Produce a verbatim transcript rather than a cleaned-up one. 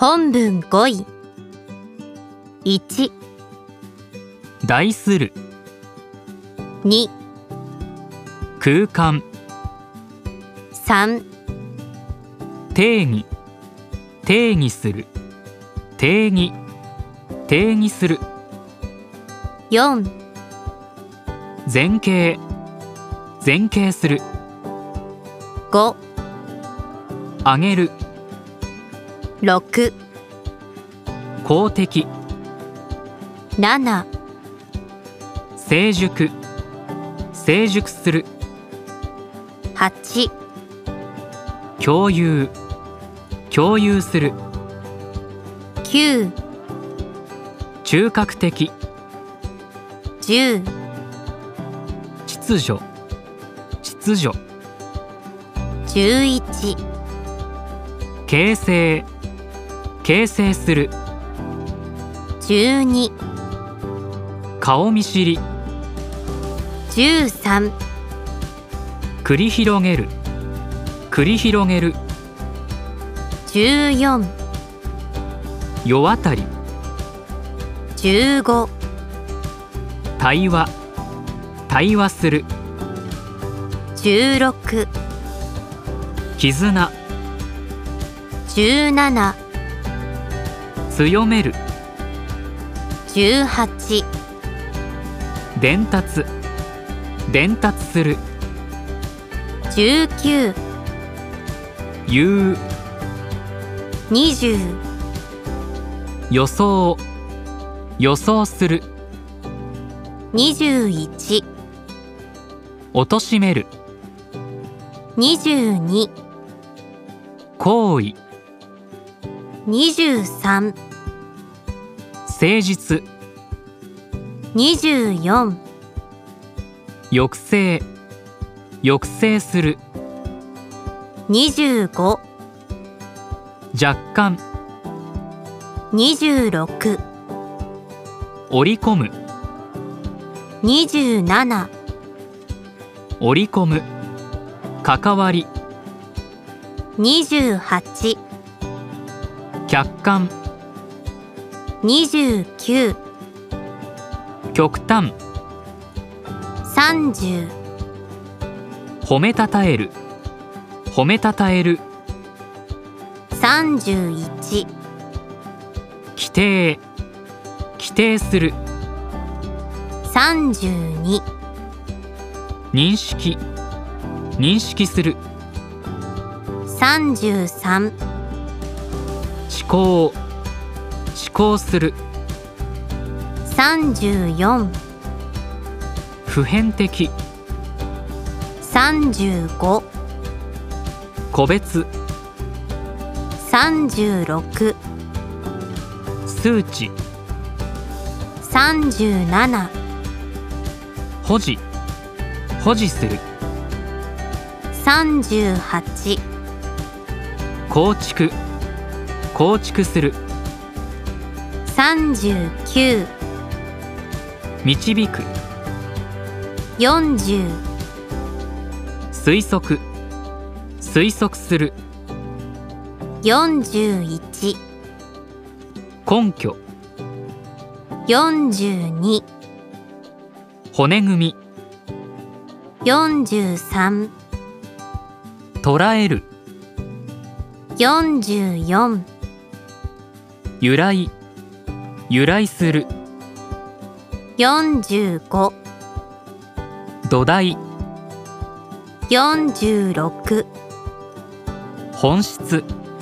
本文ごい。いち、 題する、 に、 空間、 さん、 定義、定義する、定義、定義する、 よん、 前傾、前傾する、 ご、 上げる、 ろく、 公的、 なな、 成熟、成熟する、 はち、 共有、共有する、 きゅう、 中核的、 じゅう、 秩序、秩序、 じゅういち、 形成、形成する、 じゅうに、 顔見知り、 じゅうさん、 繰り広げる、繰り広げる、 じゅうよん、 世渡り、 じゅうご、 対話、対話する、 じゅうろく、 絆、 じゅうなな、 強める、 じゅうはち、 伝達、伝達する、 じゅうきゅう、 言う、 にじゅう、 予想、予想する、 にじゅういち、 貶しめる、 にじゅうに、 行為、 にじゅうさん、 誠実、 にじゅうよん、 抑制、抑制する、 にじゅうご、 若干、 にじゅうろく、 織り込む、 にじゅうなな、 織り込む、関わり、 にじゅうはち、 客観、 にじゅうきゅう、 極端、 さんじゅう、 褒めたたえる、褒めたたえる、 さんじゅういち、 規定、規定する、 さんじゅうに、 認識、認識する、 さんじゅうさん、 思考、思考する、 さんじゅうよん、 普遍的、 さんじゅうご、 個別、 さんじゅうろく、 数値、 さんじゅうなな、 保持、保持する、 さんじゅうはち、 構築、構築する、 さんじゅうきゅう、 導く、 よんじゅう、 推測、推測する、 よんじゅういち、 根拠、 よんじゅうに、 骨組み、 よんじゅうさん、 捉える、 よんじゅうよん、 由来、由来する、 よんじゅうご、 土台、 よんじゅうろく、 本質、